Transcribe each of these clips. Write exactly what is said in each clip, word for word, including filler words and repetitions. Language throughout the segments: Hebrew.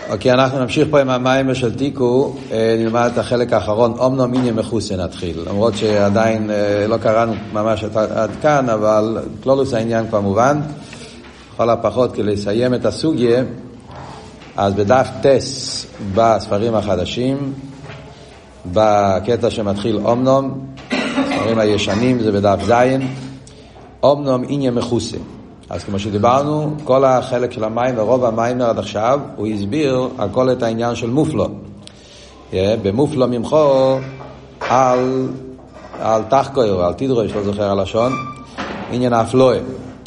אוקיי, אנחנו נמשיך פה עם המים של תיקו, נלמד את החלק האחרון, אומנם עניין מחוסה נתחיל, למרות שעדיין לא קראנו ממש עד כאן, אבל כלולוס העניין כבר מובן, לכל הפחות כדי לסיים את הסוגיה, אז בדף טס בספרים החדשים, בקטע שמתחיל אומנם, הספרים הישנים זה בדף זין, אומנם עניין מחוסה. אז כמו שדיברנו, כל החלק של המים ורוב המים עד עכשיו, הוא הסביר על כל את העניין של מופלו. במופלו ממחו על, על תחקויר, על תדרוש, לא זוכר הלשון, עניין האפלואה.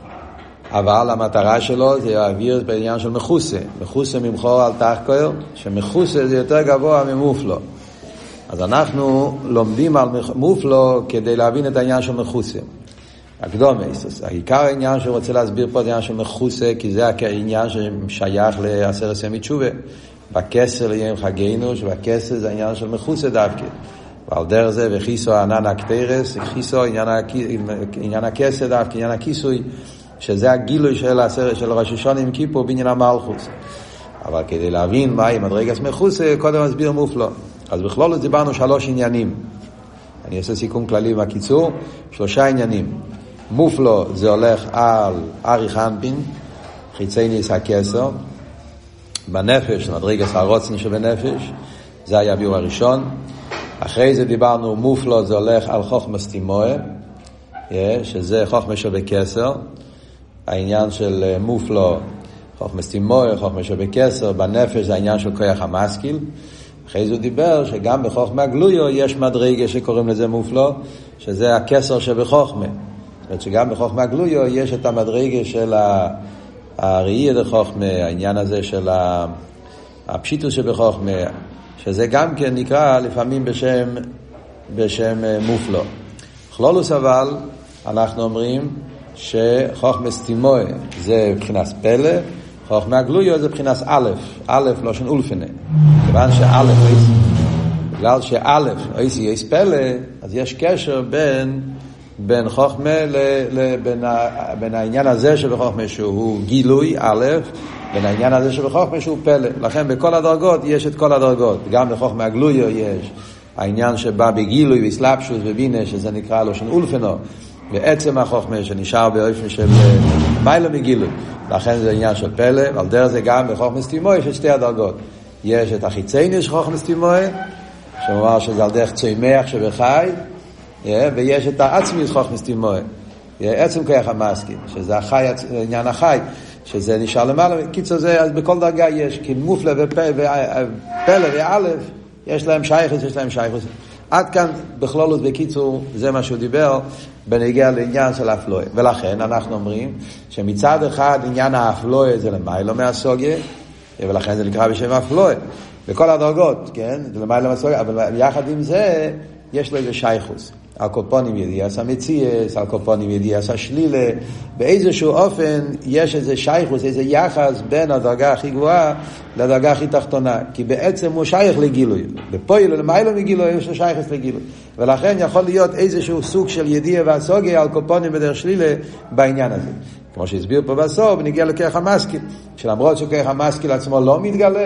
אבל המטרה שלו זה להעביר בעניין של מחוסה. מחוסה ממחו על תחקויר, שמחוסה זה יותר גבוה ממופלו. אז אנחנו לומדים על מופלו כדי להבין את העניין של מחוסה. הקדומס, העיקר העניין שרוצה להסביר פה העניין של מחוסה, כי זה העניין ששייך לעשר ימי תשובה. בכסר ליום חגינו, שבכסר זה העניין של מחוסה דווקא. ועל דרך זה, וחיסו ענן הקטרס, חיסו עניין הכסר דווקא, עניין הכיסוי, שזה הגילוי של העשר, של ראש השונה עם כיפור בעניין המלכות. אבל כדי להבין מהי מדרגת מחוסה, קודם מסביר מופלו. אז בכלול דיברנו שלוש עניינים. אני אעשה סיכום כללי מהקיצור, שלושה עניינים. מופלו זה הולך על אריך אנפין, חיצי ניס הכסר, בנפש, מדרגת הרוצן שבנפש, זה היה ביור הראשון. אחרי זה דיברנו, מופלו זה הולך על חוכמס תימואה, שזה חוכמה שבכסר, העניין של מופלו, חוכמס תימואה, חוכמה שבכסר, בנפש זה העניין של כוח המשכיל. אחרי זה הוא דיבר שגם בחוכמה גלויו יש מדרגה שקוראים לזה מופלו, שזה הכסר שבחוכמה. זאת אומרת שגם בחוכמה גלויו יש את המדרגה של הראייה דחוכמה, העניין הזה של הפשיטוס שבחוכמה, שזה גם כן נקרא לפעמים בשם, בשם מופלו. כלולוס אבל אנחנו אומרים שחוכמה סתימואה זה בחינת פלא, חוכמה גלויו זה בחינת א', א' לא שן אולפנה. כיוון שא' בגלל שא' איסי יש פלא, אז יש קשר בין בין חוכמה לבין בין העניין הזה שבחוכמה שהוא גילוי א', בין העניין הזה שבחוכמה שהוא פלא. לכן בכל הדרגות יש את כל הדרגות. גם בחוכמה גלויו יש העניין שבא בגילוי וסלאפשוס ובינה, שזה נקרא לו שן אולפנו, בעצם החוכמה שנשאר באופן של מיילה מגילוי. לכן זה עניין של פלא, אבל דרך זה גם בחוכמה סתימואה יש את שתי הדרגות. יש את החיצייני של חוכמה סתימואה, שאומר שזה על דרך צמח שבחי, ויש את העצמי של חוכמה סתימואה, עצם כוח המשכיל, שזה החי, עניין החי, שזה נשאר למעלה. קיצור זה, אז בכל דרגה יש, כי מופלא ופלא ואלף, יש להם שייכות, יש להם שייכות. עד כאן בכללות בקיצור, זה מה שהוא דיבר, בנגיע לעניין של האפלואה. ולכן אנחנו אומרים שמצד אחד עניין האפלואה זה למיילו מהסוגיה, ולכן זה נקרא בשם האפלואה. בכל הדרגות, כן? זה למיילו מהסוגיה, אבל יחד עם זה יש לו איזה שייכוס. על קופונים ידיעס המציאס, על קופונים ידיעס השלילה, באיזשהו אופן יש איזה שייכוס, איזה יחס בין הדרגה הכי גבוהה לדרגה הכי תחתונה, כי בעצם הוא שייך לגילוי. בפועל ולמיילו מגילוי יש לו שייכס לגילוי. ולכן יכול להיות איזשהו סוג של ידיעה והסוגיה על קופונים בדרך שלילה בעניין הזה. כמו שהסביר פה בסוף, ונגיע לכוח המשכיל, שלמרות שכוח המשכיל עצמו לא מתגלה,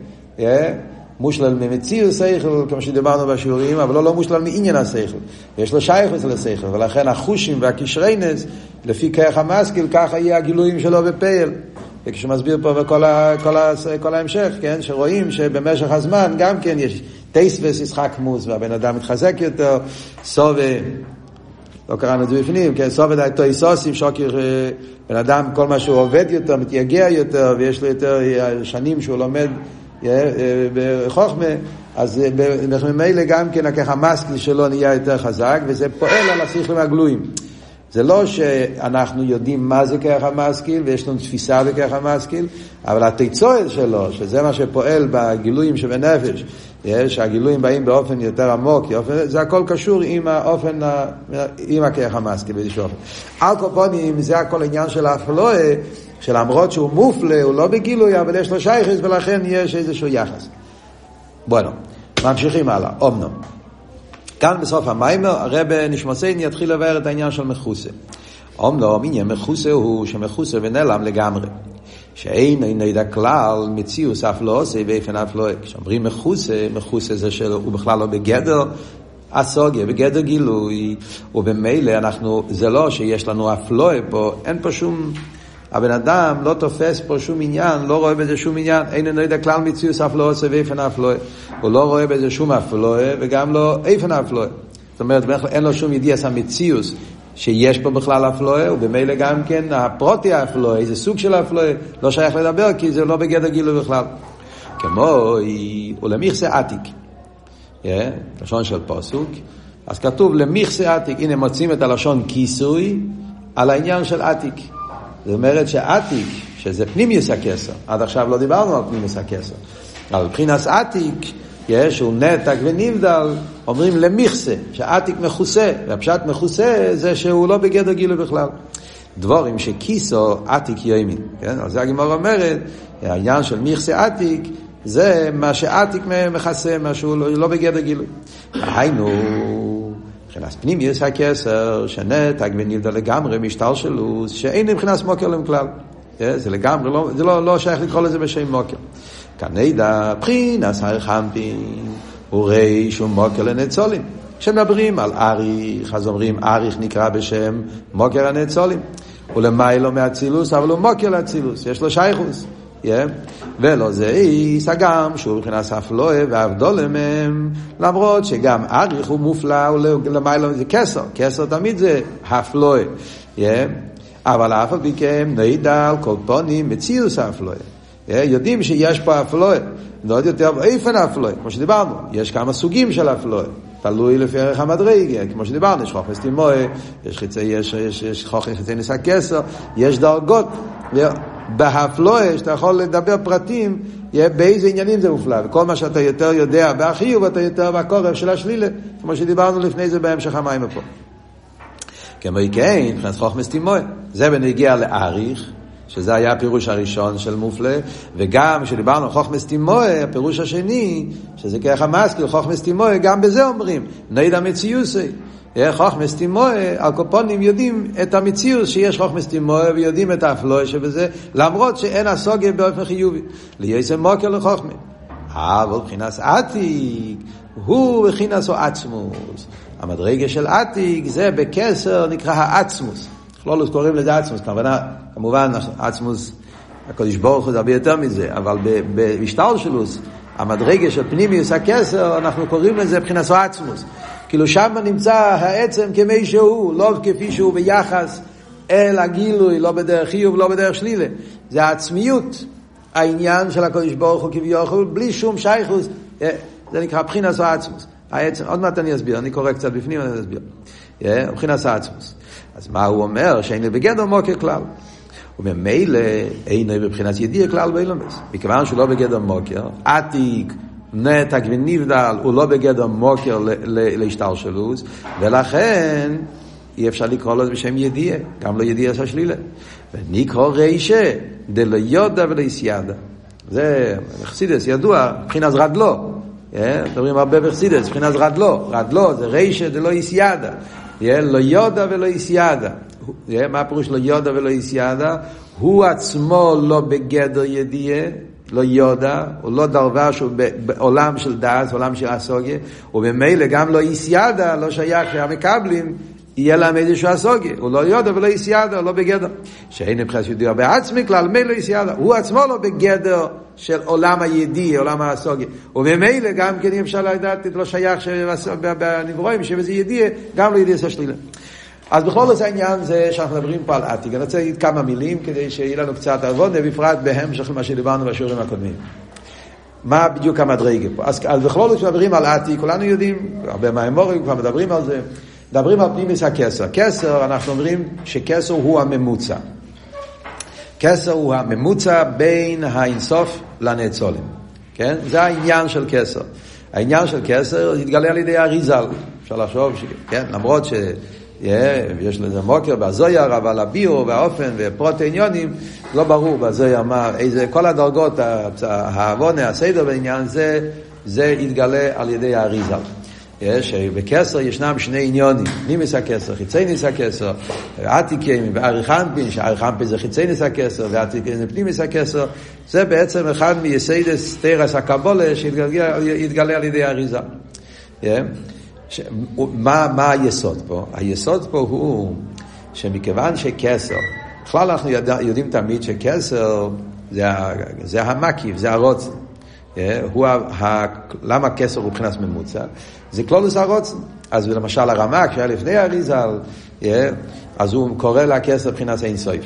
מושלל ממציא שכל, כמו שדיברנו בשיעורים, אבל לא, לא מושלל מעניין השכל. יש לו שייכות לשכל, ולכן החושים והקשריינס, לפי כוח המשכיל, ככה יהיה הגילויים שלו בפעל. וכשמסביר פה בכל ה, כל ה, כל ההמשך, כן, שרואים שבמשך הזמן גם כן יש טייסבס ישחק מוס, והבן אדם מתחזק יותר, סובה, לא קראנו את זה בפנים, כן, סובה דייתו איסוסים, שוקר, בן אדם, כל מה שהוא עובד יותר, מתייגע יותר, ויש לו יותר שנים שהוא לומד, בחוכמה, אז במילא גם כן הכך המשכיל שלו נהיה יותר חזק, וזה פועל על השכלים הגלויים. זה לא שאנחנו יודעים מה זה כך המשכיל, ויש לנו תפיסה בכך המשכיל, אבל התיצורת שלו, שזה מה שפועל בגילויים שבנפש, שהגילויים באים באופן יותר עמוק, זה הכל קשור עם האופן, עם הכך המשכיל באיזשהו אופן. על קופונים, זה הכל עניין של האפלואה, שלמרות שהוא מופלא, הוא לא בגילוי, אבל יש לו שייכות, ולכן יש איזשהו יחס. בואו, ממשיכים הלאה, אומנם. כאן בסוף המיימר, הרב נשמוסיין יתחיל לבאר את העניין של מחוסה. אומנם, עניין מחוסה הוא שמחוסה ונעלם לגמרי. שאין אין ידע כלל מציאוס אף לא עושה ואיפן אף לא. כשאומרים מחוסה, מחוסה זה שהוא בכלל לא בגדר הסוגיה, בגדר גילוי, ובמילא אנחנו, זה לא שיש לנו אף לא פה, אין פה שום, הבן אדם לא תופס פה שום עניין, לא רואה בזה שום עניין, אין אין ידע כלל מציאוס אף לא עושה ואיפן אף לא. הוא לא רואה בזה שום אף לא, וגם לא איפן אף לא. זאת אומרת, אין לו שום ידיעה המציאוס שיש פה בכלל אפלואה, ובמילא גם כן הפרוטי האפלואה, איזה סוג של אפלואה, לא שייך לדבר, כי זה לא בגדר גילוי בכלל. כמו, הוא למכסה עתיק. לשון של פסוק. אז כתוב למכסה עתיק, הנה מוצאים את הלשון כיסוי, על העניין של עתיק. זאת אומרת שעתיק, שזה פנימיוס הכסר, עד עכשיו לא דיברנו על פנימיוס הכסר. על בחינת עתיק, שהוא נתק ונבדל, אומרים למכסה, שעתיק מכוסה, והפשט מכוסה זה שהוא לא בגדר גילוי בכלל. דבורים שכיסו עתיק יומין, כן? אז זה הגמרא אומרת, העניין של מכסה עתיק, זה מה שעתיק מכסה, מה שהוא לא, לא בגדר גילוי. היינו, מבחינת פנימיוס הכסר, שנתק ונבדל לגמרי משטר שלו, שאין מבחינת מוקר להם כלל. זה לגמרי, לא, זה לא, לא שייך לקרוא לזה בשם מוקר. כנדע בחינס הרחמפין הוא ריש ומוקר לנצולים. כשמדברים על אריך, אז אומרים אריך נקרא בשם מוקר הנצולים. הוא למיילו מהצילוס, אבל הוא מוקר להצילוס, יש לו שייכוס. Yeah. ולא זה איס הגם שהוא מבחינת אפלואה והבדולה מהם, למרות שגם אריך הוא מופלא, ולמיילו זה כסר, כסר תמיד זה אפלואה. Yeah. אבל אף על פי כן נדע על כל פונים מציאוס האפלואה. יודעים שיש פה אפלואה, עוד יותר איפן אפלואה, כמו שדיברנו, יש כמה סוגים של אפלואה, תלוי לפי ערך המדרגה, כמו שדיברנו, יש חוכמס תימוה, יש חיצי, יש, יש, יש חוכמס חיצי ניסה כסר, יש דרגות, בהפלואה, שאתה יכול לדבר פרטים, באיזה עניינים זה מופלא, וכל מה שאתה יותר יודע בהחיוב, אתה יותר בקורב של השלילה, כמו שדיברנו לפני זה בהמשך המים פה. כמו כן, מבחינת חוכמס תימוה, זה בנגיע לאריך, שזה היה הפירוש הראשון של מופלא, וגם כשדיברנו על חוכמס תימוה, הפירוש השני, שזה ככה מזכיר, חוכמס תימוה, גם בזה אומרים, נדע מציוסי. חוכמס תימוה, הקופונים יודעים את המציאוס שיש חוכמס תימוה, ויודעים את האפלואה שבזה, למרות שאין הסוגיה באופן חיובי. ליועסם מוקר לחוכמה. אבל בחינת עתיק, הוא בחינת או עצמוס. המדרגה של עתיק, זה בקסר נקרא העצמוס. לא קוראים לזה עצמוס, כמובן, כמובן עצמוס, הקדוש ברוך הוא זה הרבה יותר מזה, אבל במשטר שלוס, המדרגה של פנימיוס הכסר, אנחנו קוראים לזה בחינת עצמוס. כאילו שם נמצא העצם כמי שהוא, לא כפי שהוא ביחס אל הגילוי, לא בדרך חיוב, לא בדרך שלילה. זה העצמיות, העניין של הקדוש ברוך הוא כביכול, בלי שום שייכות, זה נקרא בחינת עצמוס. העצם, עוד מעט אני אסביר, אני קורא קצת בפנים, אני אסביר. בחינת עצמוס. אז מה הוא אומר? שאין בגדר מוקר כלל. וממילא אינו בבחינת ידיע כלל באילומס. מכיוון שהוא לא בגדר מוקר, עתיק, נתק ונבדל, הוא לא בגדר מוקר להשתלשלות, ולכן אי אפשר לקרוא לו בשם ידיע, גם לא ידיע של שלילה. ונקרא רישה, דלא יודע ולא יסיידה. זה חסידס ידוע, מבחינת רדלו. מדברים הרבה בחסידס, מבחינת רדלו. רדלו זה רישה דלא יסיידה. לא יודע ולא יסיידה. מה הפירוש לא יודע ולא יסיידה? הוא עצמו לא בגדר ידיעה, לא יודע, הוא לא דבר שהוא בעולם של דעת, עולם של הסוגיה, ובמילא גם לא יסיידה, לא שייך שהמקבלים, יהיה להם איזשהו הסוגיה. הוא לא יודע ולא יסיידה, הוא לא בגדר. שאין מבחינת ידיעה בעצמי כלל, מילא לא יסיידה. הוא עצמו לא בגדר של עולם הידיעה, עולם הסוגיה. ובמילא גם כן אי אפשר לדעת, לא שייך בנברואים, שבזה ידיעה, גם לא ידיעה של שלילה. אז בכל זאת העניין זה שאנחנו מדברים פה על עתיק. אני רוצה להגיד כמה מילים כדי שיהיה לנו קצת עבודה, בפרט בהמשך למה שדיברנו בשיעורים הקודמים. מה בדיוק המדרגה פה? אז, אז בכל זאת כשמדברים על עתיק, כולנו יודעים, הרבה מהאמורים כבר מדברים על זה, מדברים על פנימיס הכסר. כסר, אנחנו אומרים שכסר הוא הממוצע. כסר הוא הממוצע בין האינסוף לנצולים. כן? זה העניין של כסר. העניין של כסר יתגלה על ידי אריזל. אפשר לחשוב ש... כן? למרות ש... Yeah, יש לזה מוקר בזויר, אבל הביאו והאופן ופרוט העניונים לא ברור בזויר מה, איזה, כל הדרגות, העוונה, הסדר בעניין זה, זה יתגלה על ידי האריזל. שבקסר ישנם שני עניונים, פנימיס הקסר, חיצייניס הקסר, עתיקים ואריכנפין, שהאריכנפין זה חיצייניס הקסר, ועתיקים זה פנימיס הקסר, זה בעצם אחד מייסיידס תרס הקבולה שהתגלה על ידי האריזה. ש... מה, מה היסוד פה? היסוד פה הוא שמכיוון שקסר, בכלל אנחנו יודע, יודעים תמיד שקסר זה, זה המקיף, זה הרוצן. הוא ה... למה קסר הוא מבחינת ממוצע? זה כלולוס הרוצן. אז למשל הרמ"ק שהיה לפני האריזל, אז הוא קורא לקסר מבחינת אין סוף.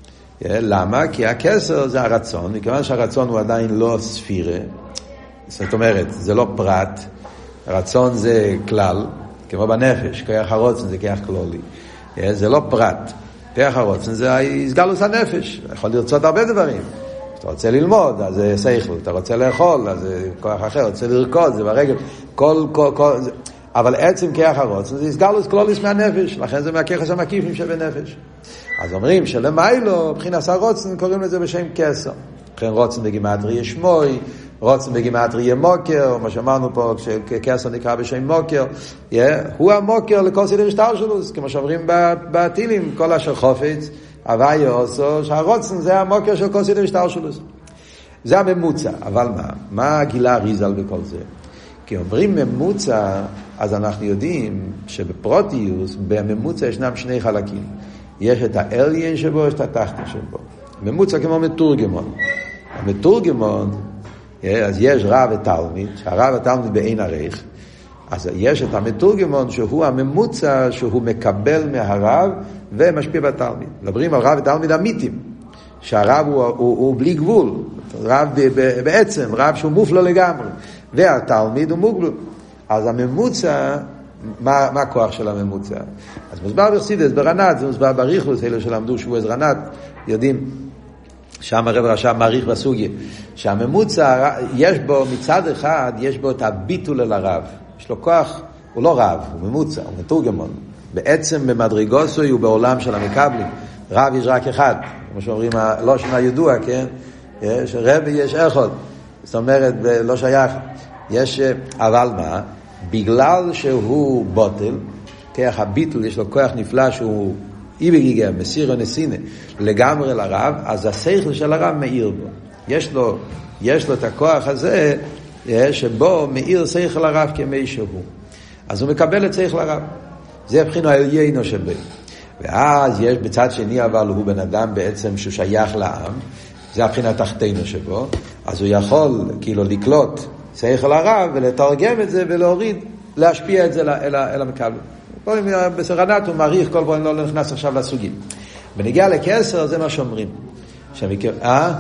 למה? כי הקסר זה הרצון, מכיוון שהרצון הוא עדיין לא ספירה, זאת אומרת, זה לא פרט, הרצון זה כלל, כמו בנפש, כיח הרוצן זה כיח כלולי. זה לא פרט. כיח הרוצן זה הסגלוס הנפש. יכול לרצות הרבה דברים. אתה רוצה ללמוד, אז זה שכל. אתה רוצה לאכול, אז זה כוח אחר. אתה רוצה לרקוד, זה ברגל. כל, כל, כל, זה... אבל עצם כיח הרוצן זה הסגלוס כלוליס מהנפש. לכן זה מהכיחס המקיפים שבנפש. אז אומרים שלמיילו, מבחינת הרוצן, קוראים לזה בשם קסר. לכן רוצן בגימטריה שמוי, רוצן בגימטריה מוקר, מה שאמרנו פה, כשקסר נקרא בשם מוקר, yeah, הוא המוקר לכל סדר השטר שלו, כמו שאומרים בתילים, כל אשר חופץ, הווי עושו, שהרוצן זה המוקר של כל סדר השטר שלו. זה הממוצע, אבל מה? מה גילה ריזל בכל זה? כי אומרים ממוצע, אז אנחנו יודעים שבפרוטיוס, בממוצע ישנם שני חלקים. יש את האליין שבו, יש את התחתן שבו. ממוצע כמו מתורגמון. המתורגמון, אז יש רב ותלמיד, שהרב ותלמיד בעין ערך, אז יש את המתורגמון שהוא הממוצע שהוא מקבל מהרב ומשפיע בתלמיד. מדברים על רב ותלמיד אמיתים, שהרב הוא, הוא, הוא בלי גבול, רב בעצם, רב שהוא מופלא לגמרי, והתלמיד הוא מוגבל. אז הממוצע, מה, מה הכוח של הממוצע? אז מוסבר בחסידות, ברנת, זה מוסבר בריחוס, אלה שלמדו שהוא אז רנת, יודעים, שם הרב רשם מעריך בסוגיה, שהממוצע, יש בו מצד אחד, יש בו את הביטול אל הרב. יש לו כוח, הוא לא רב, הוא ממוצע, הוא מתורגמון. בעצם במדרגוסו הוא בעולם של המקבלים. רב יש רק אחד, כמו שאומרים, לא שנה ידוע, כן? יש רב יש אחד. זאת אומרת, לא שייך. יש, אבל מה? בגלל שהוא בוטל, כוח הביטול, יש לו כוח נפלא שהוא אי בגיגה, מסיר ונסינה, לגמרי לרב, אז השכל של הרב מאיר בו. יש לו, יש לו את הכוח הזה, שבו מאיר שכל הרב כמי שהוא. אז הוא מקבל את שכל הרב. זה בחינו העליינו שבי. ואז יש בצד שני, אבל הוא בן אדם בעצם שהוא שייך לעם, זה הבחינה תחתינו שבו, אז הוא יכול כאילו לקלוט שכל הרב ולתרגם את זה ולהוריד, להשפיע את זה אל, אל המקבל. בסרנת הוא מעריך, כל פעם לא נכנס עכשיו לסוגים. בנגיע לקסר זה מה שאומרים. שמכיר, אה?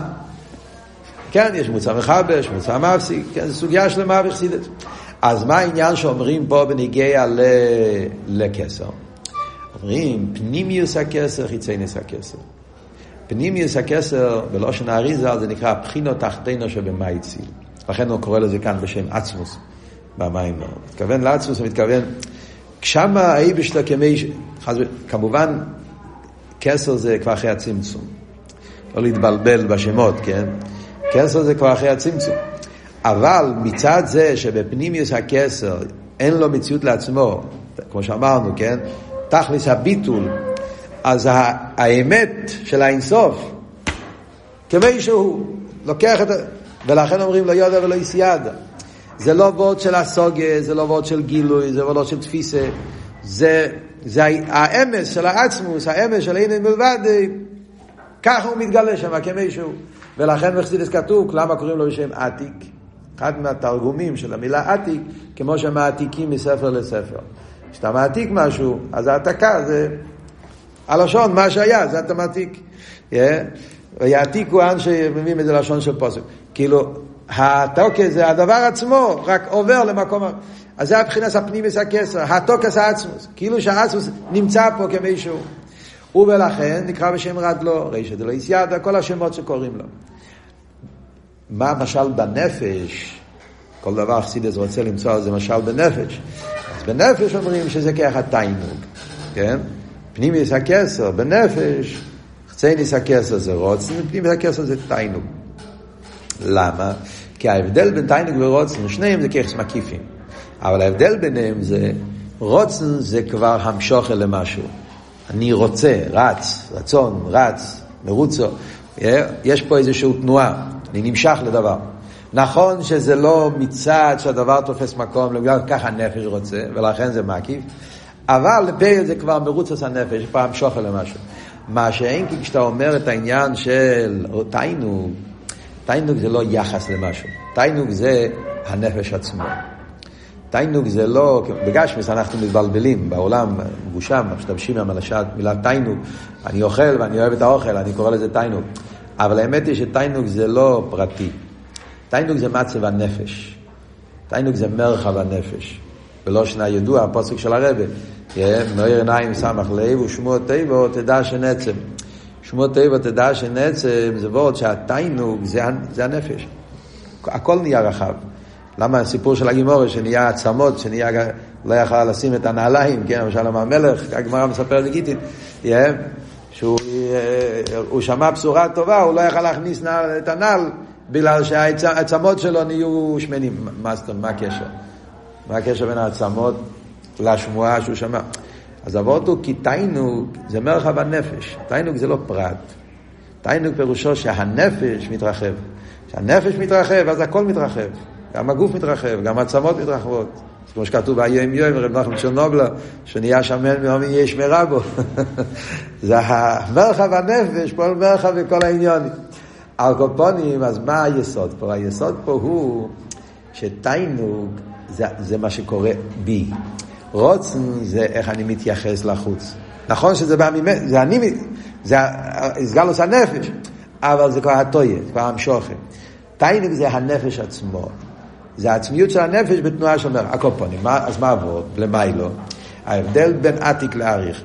כן, יש מוצא מחבש, מוצא מפסיק, כן, זו סוגיה שלמה וחסידית. אז מה העניין שאומרים פה בנגיע ל... לקסר? אומרים, פנימיוס הקסר, חיצייניס הקסר. פנימיוס הקסר, בלושן האריזה, זה נקרא בחינו תחתינו שבמייציל. לכן הוא קורא לזה כאן בשם עצמוס, במים. מתכוון לעצמוס, הוא מתכוון... כשמה האיבש לה כמי... כמובן, קסר זה כבר אחרי הצמצום. לא להתבלבל בשמות, כן? קסר זה כבר אחרי הצמצום. אבל מצד זה שבפנימיוס הקסר אין לו מציאות לעצמו, כמו שאמרנו, כן? תכלס הביטול, אז האמת של האינסוף, כמי שהוא, לוקח את... ולכן אומרים לא יודע ולא יסיידה. זה לא וורד של הסוגה, זה לא וורד של גילוי, זה לא וורד של תפיסה, זה, זה האמס של העצמוס, האמס של אין מלבד, ככה הוא מתגלה שם כמישהו. ולכן בחסידות כתוב, למה קוראים לו בשם עתיק? אחד מהתרגומים של המילה עתיק, כמו שמעתיקים מספר לספר. כשאתה מעתיק משהו, אז העתקה זה, הלשון, מה שהיה, זה אתה מעתיק. ויעתיקו אנשי מביאים את זה לשון של פוסק. כאילו, התוקס זה הדבר עצמו, רק עובר למקום... אז זה הבחינס הפנימיס הקסר, התוקס העצמוס. כאילו שהעצמוס נמצא פה כמישהו. ובלכן נקרא בשם רדלו, רישא דלא יסיידה, כל השמות שקוראים לו. מה משל בנפש? כל דבר חסידות רוצה למצוא זה משל בנפש. אז בנפש אומרים שזה כך התיינוג. כן? פנימיס הקסר, בנפש, חצייניס הקסר זה רוצן, פנימיס הקסר זה תיינוג. למה? כי ההבדל בין תיינוג ורוצן, שניהם זה כיחס מקיפים. אבל ההבדל ביניהם זה, רוצן זה כבר המשוך אל משהו. אני רוצה, רץ, רצון, רץ, מרוצו. יש פה איזושהי תנועה, אני נמשך לדבר. נכון שזה לא מצד שהדבר תופס מקום, ככה הנפש רוצה, ולכן זה מקיף, אבל לפי זה כבר מרוץ הנפש, פעם שוכל למשהו. מה שאין כי כשאתה אומר את העניין של תיינוג, תיינוג זה לא יחס למשהו, תיינוג זה הנפש עצמו. תיינוג זה לא, בגשמס אנחנו מתבלבלים, בעולם מגושם, משתמשים מהמלשת מילה תיינוג, אני אוכל ואני אוהב את האוכל, אני קורא לזה תיינוג. אבל האמת היא שתיינוג זה לא פרטי. תיינוג זה מצב הנפש. תיינוג זה מרחב הנפש. ולא שנה ידוע, הפוסק של הרבי. מאיר עיניים סמך לב ושמו טבע תדע שנצם. שמו טבע תדע שנצם זה ועוד שהתיינוג זה, זה הנפש. הכל נהיה רחב. למה הסיפור של הגימורה שנהיה עצמות, שנהיה לא יכל לשים את הנעליים, כן, למשל המלך, הגמרא מספר לגיטית, שהוא שמע בשורה טובה, הוא לא יכל להכניס את הנעל, בגלל שהעצמות שלו נהיו שמנים. מה זאת אומרת, מה הקשר? מה הקשר בין העצמות לשמועה שהוא שמע? אז עבוד הוא כי תיינוג זה מרחב הנפש. תיינוג זה לא פרט. תיינוג פירושו שהנפש מתרחב. כשהנפש מתרחב, אז הכל מתרחב. גם הגוף מתרחב, גם העצמות מתרחבות. כמו שכתוב ביום יום, רב נחמן צ'רנובלה, שנהיה שמן מהומי יש מרבו. זה המרחב הנפש, פה מרחב וכל העניונים. על קופונים, אז מה היסוד פה? היסוד פה הוא שתיינוג זה, זה מה שקורה בי. רוצן זה איך אני מתייחס לחוץ. נכון שזה בא ממנו, זה אני, זה הסגלוס הנפש, אבל זה כבר הטויה, זה כבר המשוכן. תיינוג זה הנפש עצמו. זה העצמיות של הנפש בתנועה שאומר, הקופונים, אז מה עבור? למיילו? ההבדל בין עתיק לאריך.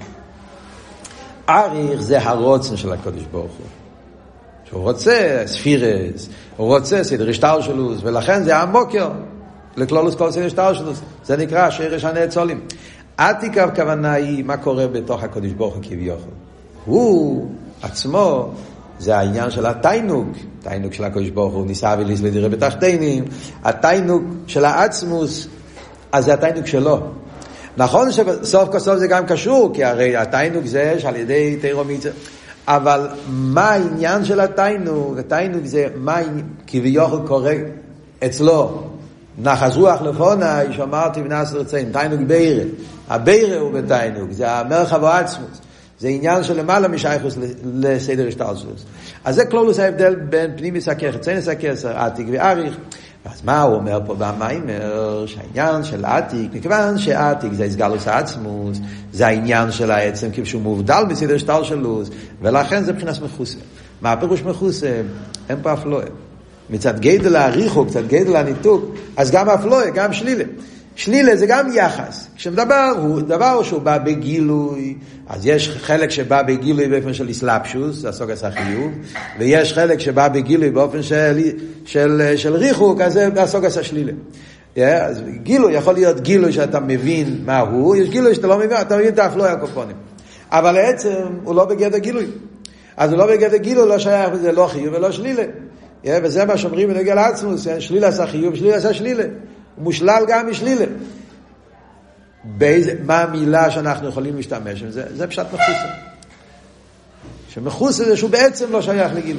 אריך זה הרוצן של הקדוש ברוך הוא. שהוא רוצה ספירס, הוא רוצה סדר השטלשלוס, ולכן זה המוקר לכלולוס כל סדר השטלשלוס. זה נקרא שרש הנאצולים. עתיק הכוונה היא מה קורה בתוך הקדוש ברוך הוא כביכול. הוא עצמו זה העניין של התיינוג, התיינוג של הקדוש ברוך הוא ניסה וליס לדירה בתחתינים, התיינוג של העצמוס, אז זה התיינוג שלו. נכון שסוף כסוף זה גם קשור, כי הרי התיינוג זה שעל ידי תירומיצה, אבל מה העניין של התיינוג? התיינוג זה מה כביכול קורה אצלו. נחז רוח לפונה, שאמרתי ונעש רציין, תיינוג בירה. הבירה הוא בתיינוג, זה המרחב העצמוס. זה עניין של למעלה משייכוס לסדר השטלשלוס. אז זה כלולוס ההבדל בין פנימיס הכסר, צנס הכסר, עתיק ואריך. אז מה הוא אומר פה במיימר? שהעניין של עתיק, מכיוון שעתיק זה הסגלוס העצמוס, זה העניין של העצם כשהוא מובדל בסדר השטלשלוס, ולכן זה מבחינת מחוסה. מה הפירוש מחוסה? אין פה אפלואה. מצד גדל העריכו, מצד גדל הניתוק, אז גם אפלואה, גם שלילה. שלילה זה גם יחס. כשמדבר הוא דבר שהוא בא בגילוי, אז יש חלק שבא בגילוי באופן של אסלאפשוס, זה הסוגס החיוב, ויש חלק שבא בגילוי באופן של, של, של ריחוק, אז זה הסוגס השלילה. Yeah, אז גילוי יכול להיות גילוי שאתה מבין מה הוא, יש גילוי שאתה לא מבין, אתה מבין את האפלואה הקופונים. אבל בעצם הוא לא בגדר גילוי. אז הוא לא בגדר גילוי, לא שייך וזה לא חיוב ולא שלילה. Yeah, וזה מה שאומרים בנוגע לעצמוס, שלילה עשה חיוב, שלילה עשה שלילה. הוא מושלל גם משלילה. באיזה, מה המילה שאנחנו יכולים להשתמש עם זה? זה פשט מחוסה. שמחוסה זה שהוא בעצם לא שייך לגילוי.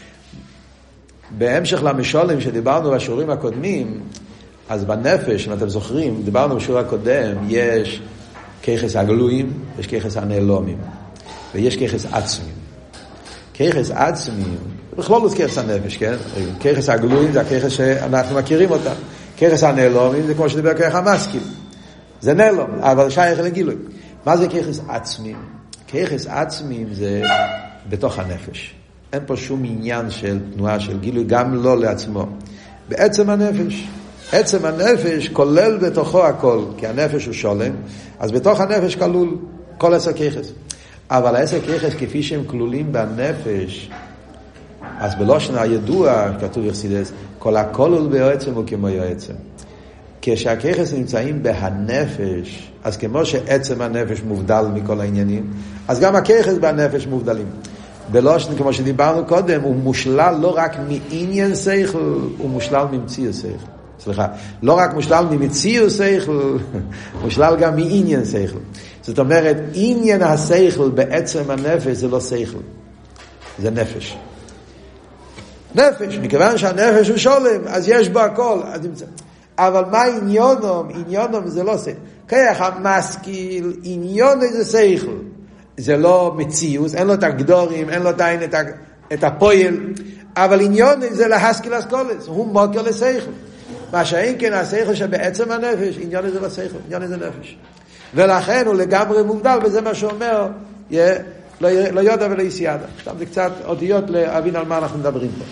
בהמשך למשולים שדיברנו בשיעורים הקודמים, אז בנפש, אם אתם זוכרים, דיברנו בשיעור הקודם, יש כיחס הגלויים, יש כיחס הנעלומים, ויש כיחס עצמיים. כיחס עצמיים, בכלול לא כיחס הנפש, כן? כיחס הגלויים זה הכיחס שאנחנו מכירים אותם. כיחס הנעלומים זה כמו שדיבר כיחס המשכיל. זה נעלום, אבל שייך לגילוי. מה זה כיחס עצמיים? כיחס עצמיים זה בתוך הנפש. אין פה שום עניין של תנועה של גילוי, גם לא לעצמו. בעצם הנפש. עצם הנפש כולל בתוכו הכל, כי הנפש הוא שולם, אז בתוך הנפש כלול כל עשר כיחס. אבל העשר כיחס כפי שהם כלולים בנפש, אז בלושן הידוע, כתוב יחסידס, כל הכלול בעצם הוא כמו יועצם. כשהכיחס נמצאים בהנפש, אז כמו שעצם הנפש מובדל מכל העניינים, אז גם הכיחס בנפש מובדלים. בלושן, כמו שדיברנו קודם, הוא מושלל לא רק מעניין שכל, הוא מושלל ממציא שכל. סליחה, לא רק מושלל ממציאות שכל, מושלל גם מעניין שכל. זאת אומרת, עניין השכל בעצם הנפש זה לא שכל, זה נפש. נפש, מכיוון שהנפש הוא שולם, אז יש בו הכל. אבל מה עניונום? עניונום זה לא שכל. כך המשכיל, עניון זה שכל. זה לא מציאות, אין לו את הגדורים, אין לו עדיין את, את הפועל, אבל עניון זה להשכיל אסכולס, הוא מוקר לשכל. מה שאין כן השכל שבעצם הנפש, עניון זה לא שכל, עניון זה נפש. ולכן הוא לגמרי מובדל, וזה מה שאומר, יהיה, לא, לא יודע ולא יסיידה. סתם זה קצת אותיות להבין על מה אנחנו מדברים פה.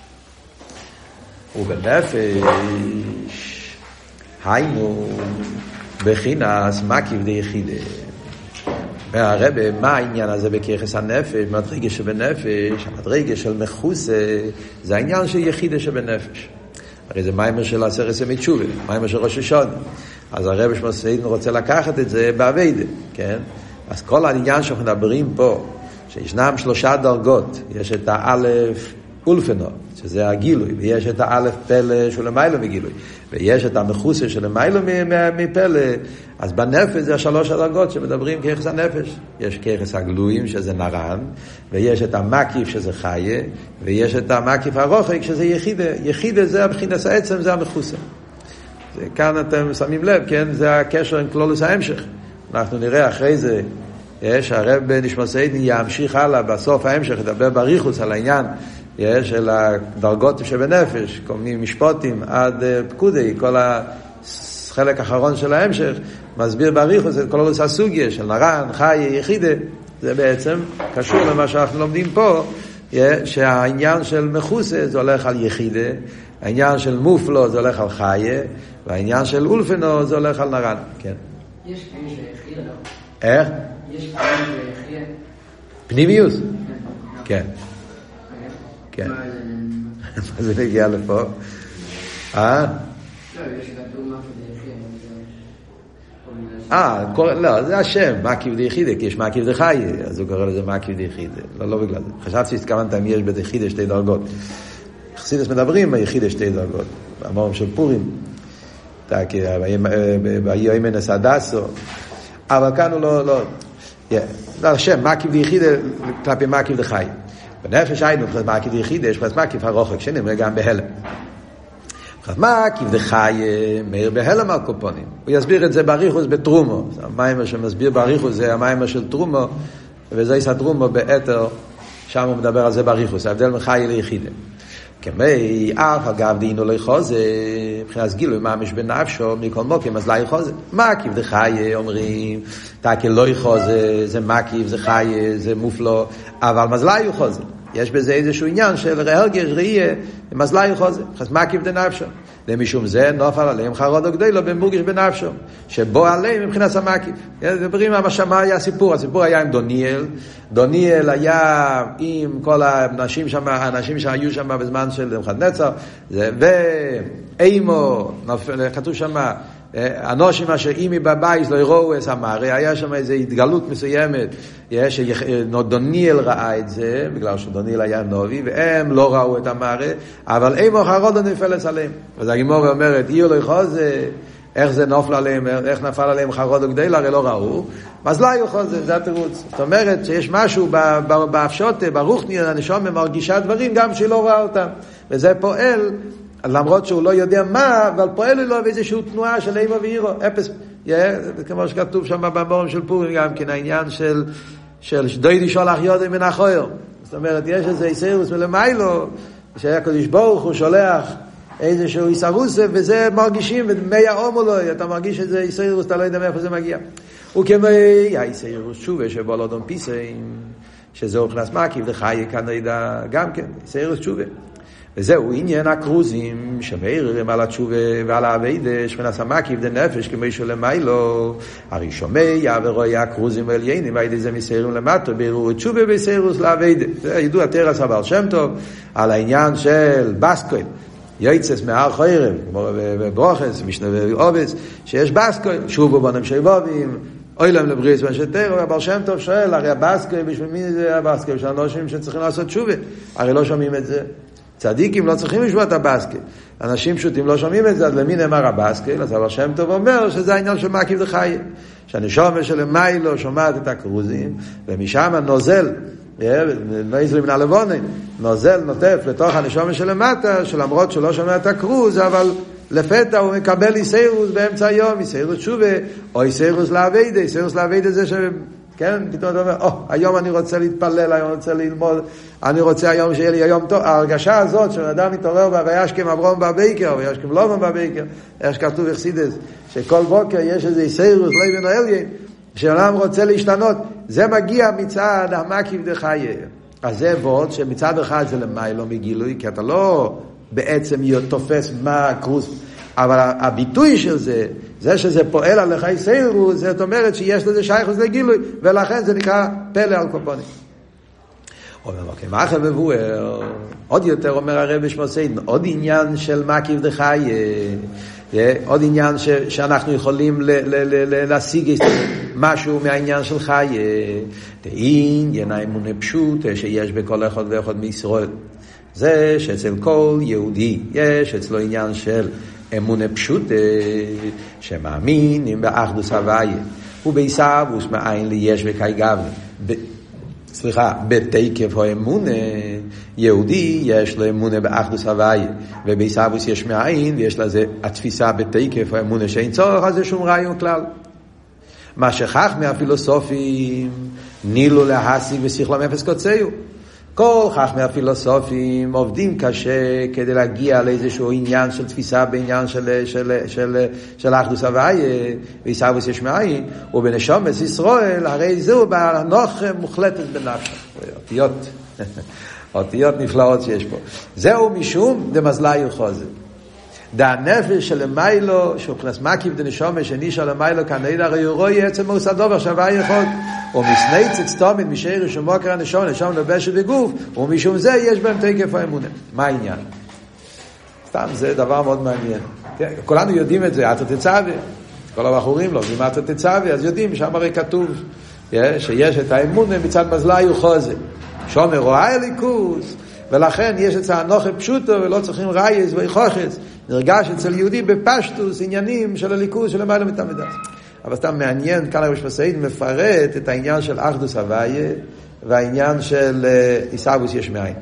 ובנפש, היינו, בחינס, מקיף די יחידה. והרב, מה העניין הזה בכיחס הנפש? מדרגה שבנפש, המדרגה של מחוסה, זה העניין של יחידה שבנפש. הרי זה מיימר של עשרת ימי תשובה, מיימר של ראש השונה. אז הרב שמסעידן רוצה לקחת את זה בעבודה, כן? אז כל העניין שאנחנו מדברים פה, שישנם שלושה דרגות, יש את האלף אולפנו, שזה הגילוי, ויש את האלף פלא של המיילו מגילוי, ויש את המחוסה של המיילו מפלא. אז בנפש זה השלוש הדרגות שמדברים כיחס הנפש. יש כיחס הגלויים שזה נרן, ויש את המקיף שזה חיה, ויש את המקיף הרוחק שזה יחידה. יחידה זה הבחינס העצם, זה המחוסה. זה, כאן אתם שמים לב, כן? זה הקשר עם כלולוס ההמשך. אנחנו נראה אחרי זה, יש הרב נשמע סעידן ימשיך הלאה בסוף ההמשך, ידבר בריחוס על העניין יש של הדרגות שבנפש, כל מיני משפוטים עד פקודי, כל החלק האחרון של ההמשך מסביר בריחוס את כל עוד הסוגיה של נרן, חי, יחידה. זה בעצם קשור למה שאנחנו לומדים פה, שהעניין של מחוסה זה הולך על יחידה, העניין של מופלו זה הולך על חיה, והעניין של אולפנו זה הולך על נרן. כן. יש כאלה שיחידה, לא? איך? יש כאלה שיחידה. פנימיוס? כן. כן. מה זה נגיע לפה? אה? לא, יש כתוב מה כדי יחידה. אה, לא, זה השם, מקיף די יחידה, כי יש מקיף די חיה, אז הוא קורא לזה מקיף די יחידה. לא, לא בגלל זה. חשבתי שהתכוונת אם יש בדי יחידה שתי דרגות. חסידות מדברים ביחידה שתי דרגות. במאמרים של פורים. ביומין הסדסו. אבל כאן הוא לא, לא. זה השם, מקיף די יחידה, כלפי מקיף די חיה. בנפש היינו, חס מקיף יחידה, יש חס מקיף הרוחק, שנאמר גם בהלם. חס מקיף דחי, מאיר בהלם על קופונים. הוא יסביר את זה בריחוס בתרומו. המיימר שמסביר בריחוס זה המיימר של תרומו, וזה יש התרומו באתר, שם הוא מדבר על זה בריחוס, ההבדל מחי ליחידה. כמי אף אגב דהינו לא יחוזה, מבחינת גילוי ממש בנפשו, מכל מוקים, אז לא יחוזה. מקיף דחי, אומרים, תקל לא יחוזה, זה מקיף, זה חי, זה מופלו, אבל מזלה יחוזה. יש בזה איזשהו עניין של הרגש, ראייה, מזלה יחוזה. אז מקיף דנפשו. למשום זה נופל עליהם חרוד הגדולו במורגש בנפשו, שבו עליהם מבחינת המקיף. דברים מה היה הסיפור, הסיפור היה עם דוניאל, דוניאל היה עם כל האנשים שם, האנשים שהיו שם בזמן של נבוכדנצר, ואימו, כתוב שם, אנושים אשר אימי בבייס לא יראו את המראה, היה שם איזו התגלות מסוימת, דוניאל ראה את זה, בגלל שדוניאל היה נובי, והם לא ראו את המראה, אבל אימו חרוד נפלץ עליהם. אז הגימורה אומרת, איר לא יחוזה, איך זה נופל עליהם, איך נפל עליהם חרוד וגדל, הרי לא ראו, אז לא יחוזה, זה התירוץ. זאת אומרת שיש משהו באפשוטה, ברוחני, הנשום מרגישה דברים גם שלא ראה אותם, וזה פועל, למרות שהוא לא יודע מה, אבל פועל לו באיזושהי תנועה של אימו ואירו, אפס, כמו שכתוב שם במאמרים של פורים, גם כן העניין של, של דוידי שולח יודי מן החויר. זאת אומרת, יש איזה איסרוס מלמיילו, שהקדוש ברוך הוא שולח איזשהו איסרוס, וזה מרגישים, ומי האומו לו, אתה מרגיש איזה איסרוס, אתה לא יודע מאיפה זה מגיע. וכמי האיסרוס שובה שבו לא דון פיסאים, שזהו הכנס מקיף, דחי כאן נדע גם כן, איסרוס שובה. וזהו עניין הקרוזים שמעירים על התשובה ועל העבודה שמנס המקיף דנפש כמו שלמיילו הרי שומע ורואה הקרוזים העליינים ועל זה מסיירים למטה בירור את תשובה בסיירוס לעבודה. זה ידוע תרס הבעל שם טוב על העניין של בסקוין יוצס מהר חיירם כמו בברוכס משנה ועובס שיש בסקוין שובו בנם שבובים אוילם לבריס ושתר הבעל שם טוב שואל הרי הבסקוין בשביל מי זה הבסקוין של אנשים שצריכים לעשות תשובה הרי לא שומעים את זה צדיקים לא צריכים לשמוע את הבסקל. אנשים פשוטים לא שומעים את זה, אז למי נאמר הבסקל? אז הבעל שם טוב אומר שזה העניין של מקיף דחיה. שהנשמה של מיילו שומעת את הקרוזים, ומשם נוזל, נוזל מן הלבונה, נוזל נוטף לתוך הנשמה של למטה, שלמרות שלא שומע את הקרוז, אבל לפתע הוא מקבל איסיירוס באמצע היום, איסיירוס שובה, או איסיירוס לעבדה, איסיירוס לעבדה זה ש... כן, פתאום אתה אומר, או, היום אני רוצה להתפלל, היום אני רוצה ללמוד, אני רוצה היום שיהיה לי היום טוב. ההרגשה הזאת שאדם מתעורר בה, וישכם אברום בבייקר, וישכם לובן בבייקר, יש כתוב בחסידות, שכל בוקר יש איזה איסיירוס, לא יבנו אליה, שאדם רוצה להשתנות, זה מגיע מצד המקיף דחיה. אז זה עבוד שמצד אחד זה למיילו מגילוי, כי אתה לא בעצם תופס מה הקרוס, אבל הביטוי של זה, זה שזה פועל עליך איסיירוס, זאת אומרת שיש לזה שייכות לגילוי, ולכן זה נקרא פלא על קופונים. אומר, אוקיי, מה אחר מבואר? עוד יותר אומר הרב שמוסיין, עוד עניין של מקיף דחיה, עוד עניין ש, שאנחנו יכולים ל, ל, ל, ל, להשיג משהו מהעניין של חיה, עניין האמונה פשוט שיש בכל אחד ואחד מישראל. זה שאצל כל יהודי יש אצלו עניין של אמונה פשוט, שמאמין באחדוס הוויה, ובעיסאוויס מאין ליש וקאי גבלי. סליחה, בתקף האמונה, יהודי יש לו אמונה באחדוס הוויה, ובעיסאוויס יש מאין, ויש לזה התפיסה בתקף האמונה שאין צורך, אז זה שום רעיון כלל. מה שכח מהפילוסופים נילו להשיג ושכלם אפס קוצאו. כל חכמי הפילוסופים עובדים קשה כדי להגיע לאיזשהו עניין של תפיסה בעניין של של של של אחדות הוויה ויסאוויס יש מאין, ובנשמת ישראל הרי זהו באנוכה מוחלטת בנפש. אותיות אותיות נפלאות שיש פה. זהו משום דמזלאי חוזר. דה הנפש של מיילו, שהוא כנס מקיף דנשמה שנישה למיילו כנעיד הרי הוא רואה עצם מוסדו והשווה יכול. ומסניצת סתומית משאיר שמוקר הנשמה, נשמה נובשת בגוף, ומשום זה יש בהם תקף האמונה. מה העניין? סתם, זה דבר מאוד מעניין. כולנו יודעים את זה, אתה תצווה. כל הבחורים לא, אם אתה תצווה, אז יודעים, שם הרי כתוב שיש את האמונה מצד מזלאי וחוזר. שומר רואה אליקוס, ולכן יש את האנוכה פשוטו, ולא צריכים רייס ויחוחס. נרגש אצל יהודי בפשטוס עניינים של הליכוז של המעלה מתעמדת. אבל סתם מעניין, כאן הרב שמוסיין מפרט את העניין של אחדוס הוויה והעניין של עיסאוויס יש מאין.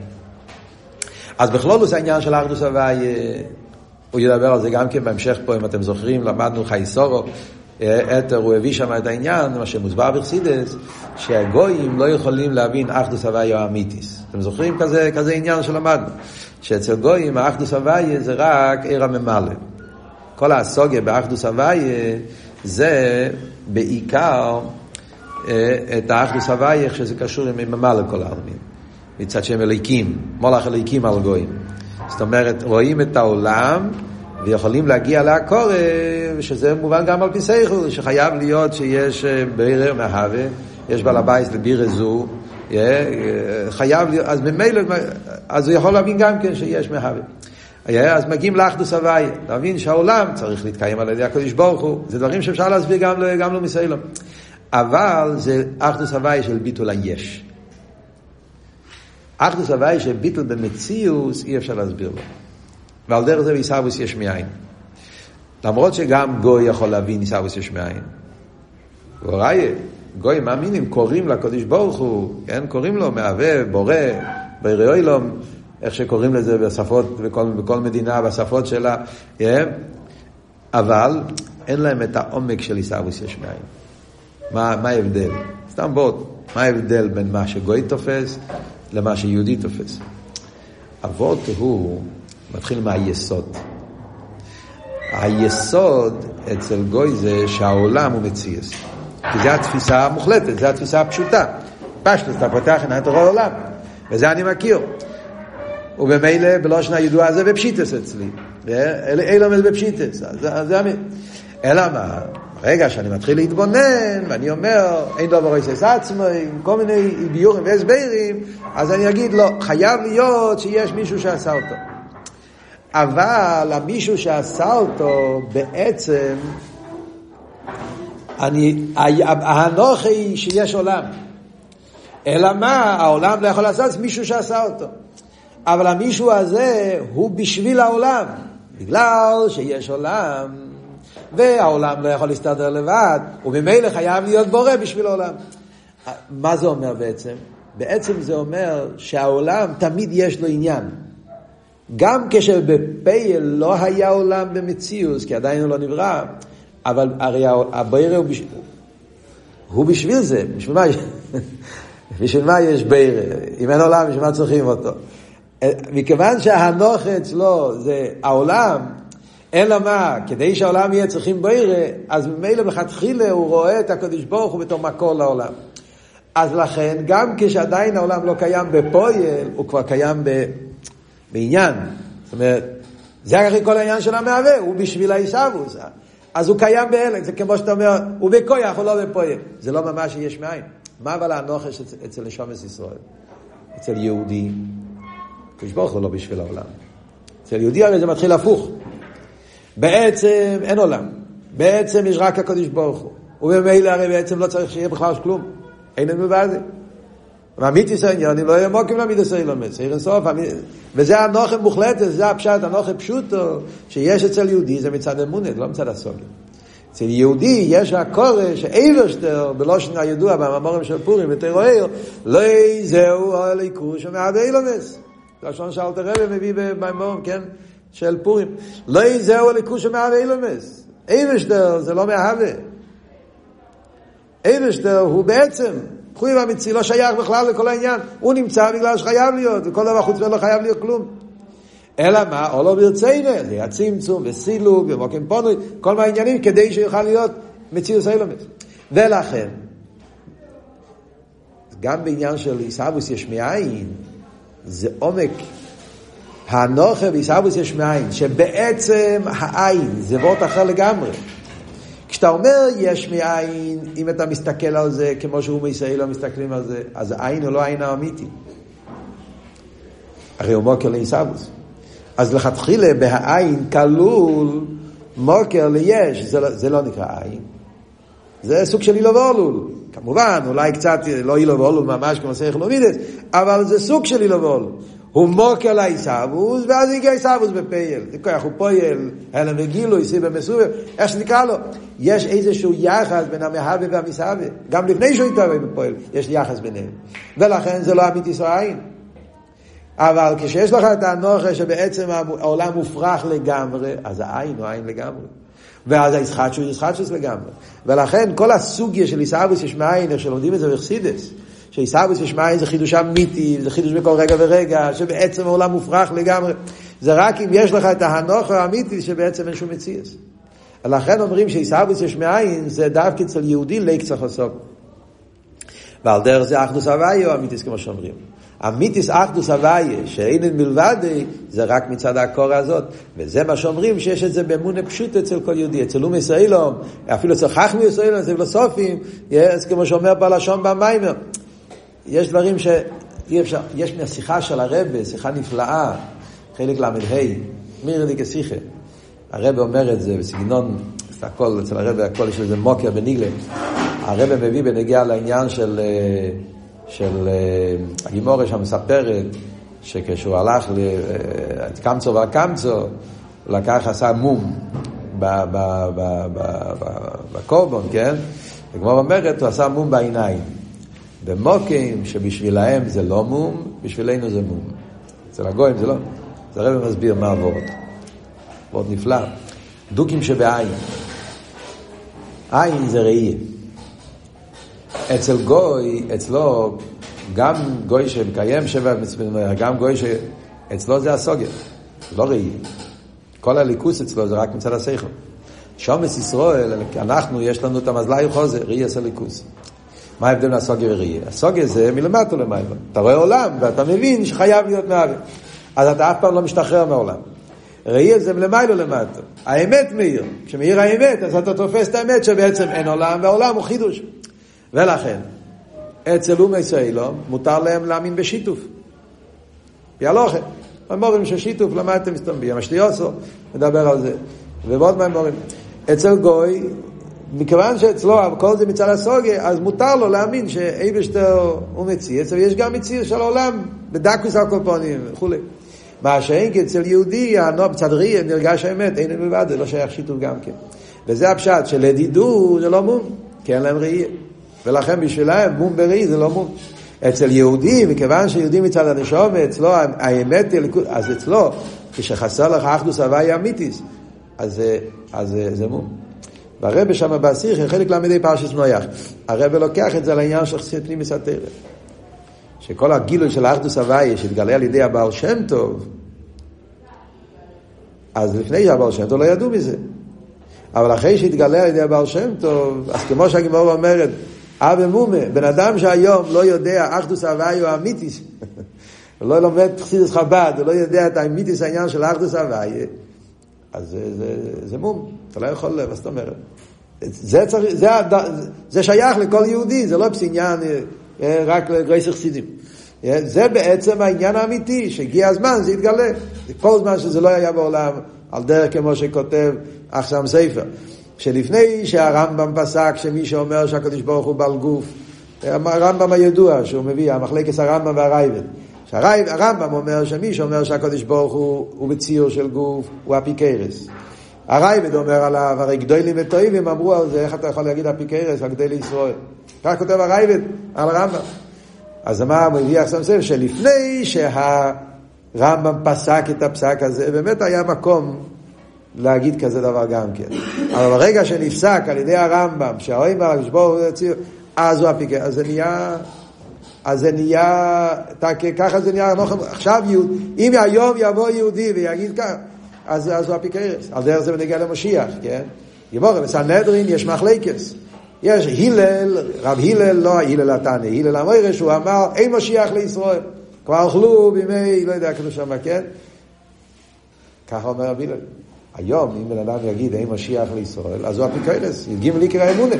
אז בכלולוס העניין של אחדוס הוויה, הוא ידבר על זה גם כן בהמשך פה, אם אתם זוכרים, למדנו חייסורו, אתר הוא הביא שם את העניין, מה שמוסבר בחסידות, שהגויים לא יכולים להבין אחדוס הוויה אמיתיס. אתם זוכרים כזה, כזה עניין שלמדנו? שאצל גויים האחדוס הוויה זה רק עיר הממלא. כל הסוגיה באחדוס הוויה זה בעיקר את האחדוס הוויה שזה קשור עם ממלא כל העלמין. מצד שהם אליקים, מולך אליקים על גויים. זאת אומרת, רואים את העולם ויכולים להגיע להקורא, שזה מובן גם על פי שכל, שחייב להיות שיש בירר מהווה, יש בעל הבית לבירה זו, חייב להיות, אז ממילא, אז הוא יכול להבין גם כן שיש מהווה. אז מגיעים לאחדוס הוויה, להבין שהעולם צריך להתקיים על ידי הקדוש ברוך הוא, זה דברים שאפשר להסביר גם, גם לא מסוילום. אבל זה אחדוס הוויה של ביטול היש. אחדוס הוויה של ביטול במציאוס אי אפשר להסביר לו. ועל דרך זה עיסאוויס יש מאין. למרות שגם גוי יכול להבין עיסאוויס יש מאין. וראי, גוי מאמינים, קוראים לקדוש ברוך הוא, כן? קוראים לו מהווה, בורא, בריאוי לו, איך שקוראים לזה בשפות, בכל, בכל מדינה, בשפות שלה, כן? אבל אין להם את העומק של עיסאוויס יש מאין. מה, מה ההבדל? סתם בוא, מה ההבדל בין מה שגוי תופס למה שיהודי תופס? אבות הוא מתחיל מהיסוד. היסוד אצל גוי זה שהעולם הוא מציאס. כי זו התפיסה המוחלטת, זו התפיסה הפשוטה. פשטוס, אתה פותח עיניים, אתה רואה עולם. וזה אני מכיר. ובמילא בלושן הידוע זה בפשיטס אצלי. אלה עומד בפשיטס. זה המ... אלא מה? רגע שאני מתחיל להתבונן, ואני אומר, אין דבר עושה עצמו, עם כל מיני ביורים והסברים, אז אני אגיד לו, חייב להיות שיש מישהו שעשה אותו. אבל המישהו שעשה אותו בעצם, אני, ההנוכה היא שיש עולם. אלא מה? העולם לא יכול לעשות מישהו שעשה אותו. אבל המישהו הזה הוא בשביל העולם, בגלל שיש עולם, והעולם לא יכול להסתדר לבד, וממילא חייב להיות בורא בשביל העולם. מה זה אומר בעצם? בעצם זה אומר שהעולם תמיד יש לו עניין. גם כשבפייל לא היה עולם במציאות, כי עדיין הוא לא נברא, אבל הרי הבורא הוא בשביל, הוא בשביל זה. בשביל מה, בשביל מה יש בורא? אם אין עולם, בשביל מה צריכים אותו? מכיוון שהנוח אצלו זה העולם, אלא מה? כדי שהעולם יהיה צריכים בורא, אז ממילא מלכתחילה הוא רואה את הקדוש ברוך הוא בתור מקור לעולם. אז לכן, גם כשעדיין העולם לא קיים בפועל, הוא כבר קיים ב... בעניין. זאת אומרת, זה אחרי כל העניין של המהווה, הוא בשביל הישבוס. אז הוא קיים באלק, זה כמו שאתה אומר, הוא בכוח, הוא לא בפועל. זה לא ממש יש מאין. מה אבל הנוחש אצל, אצל נשומת ישראל? אצל יהודי, הקדוש ברוך הוא לא בשביל העולם. אצל יהודי הרי זה מתחיל הפוך. בעצם אין עולם. בעצם יש רק הקדוש ברוך הוא. ובמילא הרי בעצם לא צריך שיהיה בכלל כלום. אין לנו בזה. והמיתי סעניין, אני לא אהיה מוקים למידי סעילומס, סעיר סוף, וזה הנוחם מוחלטת, זה הפשט, הנוחם פשוטו, שיש אצל יהודי, זה מצד אמונת, לא מצד הסוגיה. אצל יהודי יש הקורא, שאיברשטר, בלושן הידוע, במאמרים של פורים, ותרואר, לא זהו הליכוש ומעדי אילומס. לשון שאלת הרב מביא במאמרים, כן, של פורים. לא זהו הליכוש ומעדי אילומס. איברשטר זה לא מהווה. איברשטר הוא בעצם, חוי והמציא לא שייך בכלל לכל העניין. הוא נמצא בגלל שחייב להיות, וכל דבר חוץ לא חייב להיות כלום. אלא מה? או לא ברצינה, זה הצמצום וסילוק ומוקים פונוי, כל מה העניינים כדי שיוכל להיות מציאוס האילומס. ולכן, גם בעניין של איסאבוס יש מאין, זה עומק הנוחה באיסאבוס יש מאין, שבעצם העין זה וורט אחר לגמרי. כשאתה אומר יש מאין, אם אתה מסתכל על זה כמו שהוא מישראל לא מסתכלים על זה, אז העין הוא לא העין האמיתי. הרי הוא מוקר לאיסאבוס. אז לכתחילה בהעין כלול מוקר ליש, זה לא, זה לא נקרא עין. זה סוג של אילו ואולול. כמובן, אולי קצת לא אילו ואולול ממש כמו שייך לומידס, אבל זה סוג של אילו ואולול. הוא מוקר לאיסאבוס, ואז הגיע איסאבוס בפייל. זה כוח, הוא פועל, הלם וגילו, איסאבוס במסובב, איך שנקרא לו. יש איזשהו יחס בין המהווה והמסהווה. גם לפני שהוא יתהווה בפועל, יש יחס ביניהם. ולכן זה לא אמיתי ישראל. אבל כשיש לך את הנוחה שבעצם העולם מופרח לגמרי, אז העין הוא עין לגמרי. ואז הישחטשוס הוא ישחטשוס לגמרי. ולכן כל הסוגיה של איסאבוס יש מאין, איך שלומדים את זה בחסידות, שאיסאבוס יש מאין זה חידוש אמיתי, זה חידוש בכל רגע ורגע, שבעצם העולם מופרח לגמרי. זה רק אם יש לך את הנוחה האמיתי שבעצם אין שום מציאות. ולכן אומרים שאיסאבוס יש מאין, זה דווקא אצל יהודי ליקצה חסוק. ועל דרך זה אחדוס הוויה או אמיתיס כמו שאומרים. אמיתיס אחדוס הוויה, שאין מלבדי, זה רק מצד הקורא הזאת. וזה מה שאומרים, שיש את זה באמונה פשוט אצל כל יהודי. אצל אומי ישראלום, אפילו אצל חכמי ישראלום, אצל פילוסופים, יש כמו שאומר בלשון במיימר. יש דברים שאי אפשר, יש מהשיחה של הרב, שיחה נפלאה, חלק למד ה' מירי לי כשיחה. הרב אומר את זה בסגנון, הכל, אצל הרב הכל יש לזה מוקר בניגלה. הרב מביא בנגיע לעניין של... של הגימורה שמספרת שכשהוא הלך את קמצו והקמצו הוא לקח עשה מום בקורבן, כן? וכמו אומרת הוא עשה מום בעיניים במוקים שבשבילהם זה לא מום, בשבילנו זה מום. אצל הגויים זה לא. זה הרב מסביר מה עבוד עבוד נפלא. דוקים שבעין, עין זה ראייה. אצל גוי, אצלו, גם גוי שמקיים שבע מצוות, גם גוי שאצלו זה הסוגיה, זה לא ראי. כל הליכוס אצלו זה רק מצד השכל. שומס ישראל, אנחנו, יש לנו את המזלה יחוזה, ראי עשה ליכוס. מה ההבדל בין הסוגיה וראי? הסוגיה זה מלמטה למעלה. אתה רואה עולם ואתה מבין שחייב להיות מהווה. אז אתה אף פעם לא משתחרר מהעולם. ראי זה מלמעלה למטה. האמת מאיר. כשמאיר האמת, אז אתה תופס את האמת שבעצם אין עולם, והעולם הוא חידוש. ולכן, אצל אומי ישראלום מותר להם להאמין בשיתוף. ביאלוכה. המורים של שיתוף, למה אתם מסתובבים? המשתיוסו, מדבר על זה. ועוד מה המורים? אצל גוי, מכיוון שאצלו, כל זה מצד הסוגיה, אז מותר לו להאמין שאיבשטר הוא מציץ, ויש גם מציץ של העולם בדקוס הקופונים וכולי. מה שאין אצל יהודי, בצד ראי, נרגש האמת, אין מלבד, זה לא שייך שיתוף גם כן. וזה הפשט, שלדידו זה לא מום, כי אין להם ראי. ולכן בשבילם, מום בראי זה לא מום. אצל יהודי, מכיוון שיהודי מצד הנשום, אצלו האמת, אז אצלו, כשחסר לך אחדוס הוואי אמיתיס, אז, אז זה מום. והרבא שם בשיחה, חלק למדי פרשת נויח, הרבא לוקח את זה לעניין של חסידות פנימית התורה. שכל הגילוי של האחדוס הוואי שהתגלה על ידי הבעל שם טוב, אז לפני שהבעל שם טוב לא ידעו מזה. אבל אחרי שהתגלה על ידי הבעל שם טוב, אז כמו שהגמרא אומרת, אבא מומה, בן אדם שהיום לא יודע אחדוס הוואי הוא אמיתיס, לא לומד חסידות חב"ד, הוא לא יודע את האמיתיס העניין של אחדוס הוואי, אז זה, זה, זה מום, אתה לא יכול, מה זאת אומרת? זה, צריך, זה, זה שייך לכל יהודי, זה לא עניין רק לגרייס חסידים. זה בעצם העניין האמיתי, שהגיע הזמן, זה יתגלה. כל זמן שזה לא היה בעולם, על דרך כמו שכותב עכשיו ספר. שלפני שהרמב"ם פסק, שמי שאומר שהקדוש ברוך הוא בעל גוף, הרמב"ם הידוע שהוא מביא, המחלקת הרמב"ם והרייבד. שהרמב"ם אומר שמי שאומר שהקדוש ברוך הוא, הוא בציור של גוף, הוא אפיקרס. הרייבד אומר עליו, הרי גדולים וטובים אמרו על זה, איך אתה יכול להגיד אפיקרס, הגדול לישראל. כך כותב הרייבד על הרמב"ם. אז מה הוא מביא עכשיו ספר, שלפני שהרמב"ם פסק את הפסק הזה, באמת היה מקום להגיד כזה דבר גם כן. אבל ברגע שנפסק על ידי הרמב"ם, שהאוימר הקדוש ברוך הוא בציור, אז הוא אפיקרס. אז זה נהיה... אז זה נהיה, ככה זה נהיה, עכשיו אם היום יבוא יהודי ויגיד כך, אז, אז הוא אפיקרס. על דרך זה בנגיע למשיח, כן? ימור, בסנהדרין יש מחלקס. יש הילל, רב הילל, לא הילל התנא, הילל המוירש, הוא אמר, אין משיח לישראל. כבר אכלו בימי, לא יודע, כתוב שם, כן? ככה אומר רב הילל. היום, אם בן אדם יגיד, אין משיח לישראל, אז הוא אפיקרס. ידגים לי קרא אמונה.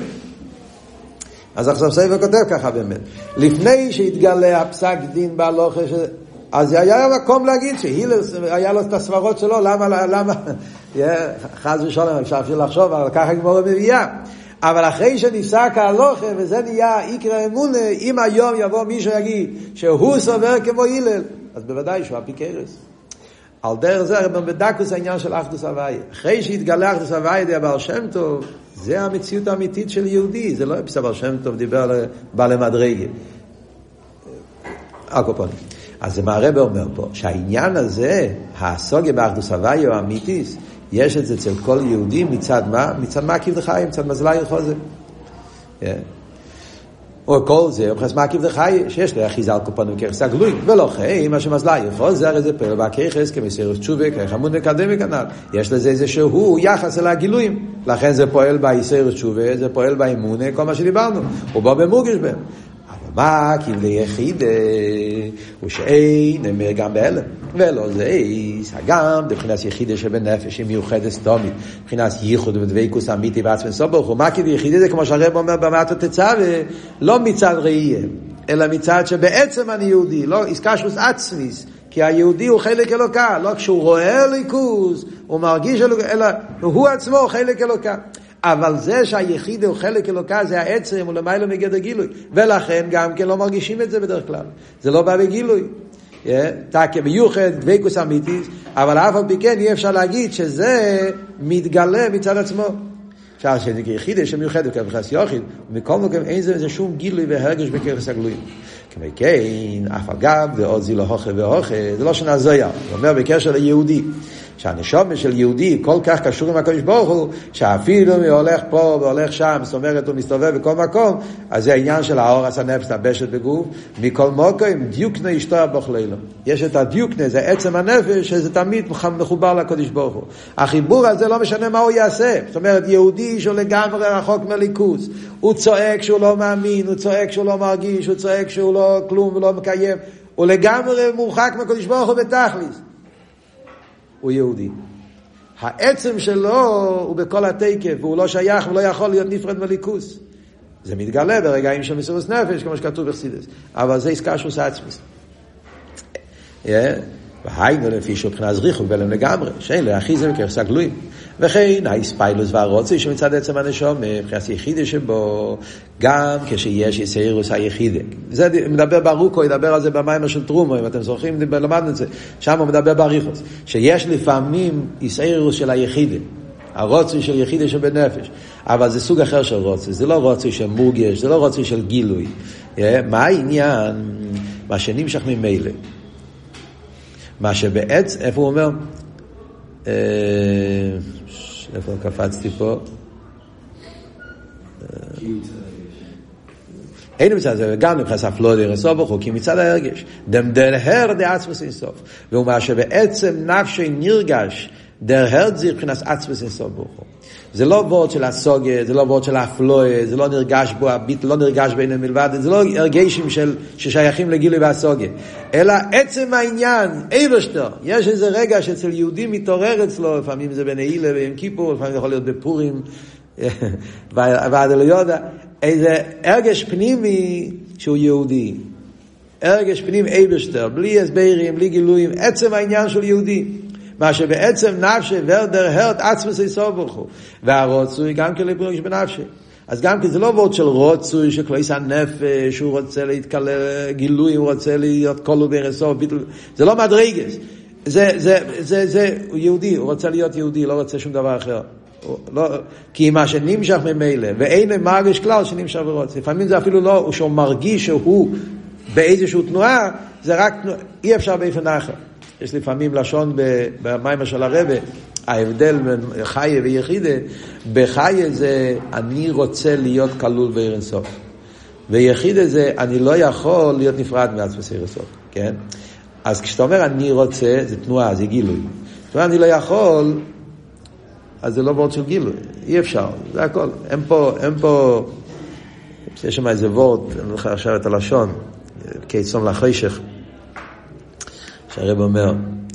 אז עכשיו ספר כותב ככה באמת. לפני שהתגלה הפסק דין בהלוכה, אז היה מקום להגיד שהילל, היה לו את הסברות שלו, למה, למה, חס ושלום, אפשר אפשר לחשוב, אבל ככה גמרא מביאה. אבל אחרי שנפסק ההלוכה, וזה נהיה עיקר אמונה, אם היום יבוא מישהו יגיד שהוא סובר כמו הילל, אז בוודאי שהוא אפיקרס. על דרך זה, בדקוס העניין של אחדוס הוואי. אחרי שהתגלה אחדוס הוואי די הבעל שם טוב, זה המציאות האמיתית של יהודי, זה לא הבעל שם טוב דיבר על בעל מדרגה. הקופונים. אז זה מה הרב אומר פה, שהעניין הזה, הסוגיה באחדוס הוואי או האמיתיס, יש את זה אצל כל יהודי מצד מה? מצד מה כיב דחי, מצד מזלה יחוזה. או כל זה, ובחס מה כיב דחי, שיש לו אחיזה על קופונים כרסה גלוי, ולא חי, מה שמזלה יחוזה, הרי זה פועל בהכיחס, כמסירות תשובה, כחמוד מקדם וכנל. יש לזה איזשהו יחס אל הגילויים. לכן זה פועל ביסרות תשובה, זה פועל באמונה, כל מה שדיברנו. הוא בא במורגש בהם. אבל מה כיב ליחיד, הוא שאין, נאמר גם בהלם. ולא זה, גם בבחינת יחידה שבנפש היא מיוחדת סתומית, בבחינת ייחוד ודבקות אמיתי בעצמם סוברוך הוא. מה כדי יחידה זה כמו שהרב אומר במאת התצווה, לא מצד ראייה, אלא מצד שבעצם אני יהודי, לא איסקשוס עצמיס, כי היהודי הוא חלק אלוקה, לא כשהוא רואה אלוקוס, הוא מרגיש אלוקה, אלא הוא עצמו חלק אלוקה. אבל זה שהיחיד הוא חלק אלוקה, זה העצם, הוא למעלה מגדר גילוי. ולכן גם כן לא מרגישים את זה בדרך כלל. זה לא בא בגילוי. תקה מיוחד, דבקות אמיתית, אבל אף על פי כן אי אפשר להגיד שזה מתגלה מצד עצמו. אפשר שנקרא יחיד, שמיוחד וכבחס יוחיד, ומכל מקום אין זה שום גילוי והרגש בכרס הגלויים. כמו כן, אף אגב, ועוד זילו הוכה והוכה, זה לא שנזויה. זה אומר בקשר ליהודי. שהנשום של יהודי כל כך קשור עם הקדוש ברוך הוא, שאפילו הוא הולך פה והולך שם, זאת אומרת הוא מסתובב בכל מקום, אז זה העניין של האור הסנפס, הבשת בגוף, מכל מוקם דיוקנה ישתוע בוכלילו. יש את הדיוקנה, זה עצם הנפש, שזה תמיד מחובר לקדוש ברוך הוא. החיבור הזה לא משנה מה הוא יעשה, זאת אומרת יהודי שהוא לגמרי רחוק מליכוס, הוא צועק שהוא לא מאמין, הוא צועק שהוא לא מרגיש, הוא צועק שהוא לא כלום ולא מקיים, הוא לגמרי מורחק מהקדוש ברוך הוא בתכליס. הוא יהודי. העצם שלו הוא בכל התקף, והוא לא שייך ולא יכול להיות נפרד מליכוס. זה מתגלה ברגעים של מסירות נפש, כמו שכתוב בחסידות. אבל זה איסקשוס עצמיס. והיינו לפי שבחינה זריחו בלם לגמרי, שאין לאחיזה וכרסה גלויים. וכן האיספיילוס והרוצי שמצד עצם הנשום, מבחינת יחידה שבו, גם כשיש יסיירוס היחידה. זה מדבר ברוקו, ידבר על זה במיימר של טרומו, אם אתם זוכרים, למדנו את זה. שם הוא מדבר בריחוס, שיש לפעמים יסיירוס של היחידה. הרוצי של יחידה שבנפש. אבל זה סוג אחר של רוצי, זה לא רוצי של מורגש, זה לא רוצי של גילוי. מה העניין? מה שנמשך ממילא. מה שבעצם, איפה הוא אומר? איפה קפצתי פה? אין מצד זה, גם לבחס הפלודי רסוף וכו, כי מצד ההרגש, דמדל הר דה עצמוס אינסוף. והוא מה שבעצם נפשי נרגש, דר הרד זיר מבחינת עצמוס אינסוף וכו. זה לא וורד של הסוגה, זה לא וורד של הפלואה, זה לא נרגש בו, הביט לא נרגש ביניהם מלבד, זה לא הרגשים של, ששייכים לגילוי והסוגה, אלא עצם העניין, איברשטר, יש איזה רגע שאצל יהודים מתעורר אצלו, לפעמים זה בנעילה ויום כיפור, לפעמים זה יכול להיות בפורים, ועד אלו יודע, איזה הרגש פנימי שהוא יהודי, הרגש פנימי איברשטר, בלי הסברים, בלי גילויים, עצם העניין של יהודי, מה שבעצם נפשי ורדר הרד עצמוס איסובוכו, והרוצוי גם כן לפרוש בנפשי. אז גם כי זה לא וורד של רוצוי, שכלויס הנפש, הוא רוצה להתקלל גילוי, הוא רוצה להיות קולו ברסוף, ביטל, זה לא מדרגס. זה, זה, זה, זה, הוא יהודי, הוא רוצה להיות יהודי, לא רוצה שום דבר אחר. לא, כי מה שנמשך ממילא, ואין מרגיש כלל שנמשך ורוצה. לפעמים זה אפילו לא, הוא שהוא מרגיש שהוא באיזושהי תנועה, זה רק, אי אפשר באופן אחר. יש לפעמים לשון במיימר של הרבי, ההבדל בין חיה ויחידה, בחיה זה אני רוצה להיות כלול בעיר אינסוף, ויחידה זה אני לא יכול להיות נפרד מעצמוס עיר אינסוף, כן? אז כשאתה אומר אני רוצה, זה תנועה, זה גילוי. זאת אומרת, אני לא יכול, אז זה לא וורד של גילוי, אי אפשר, זה הכל. הם פה, הם פה, יש שם איזה וורד, אני לא יכול עכשיו את הלשון, כיצום לחשך, שהרב אומר,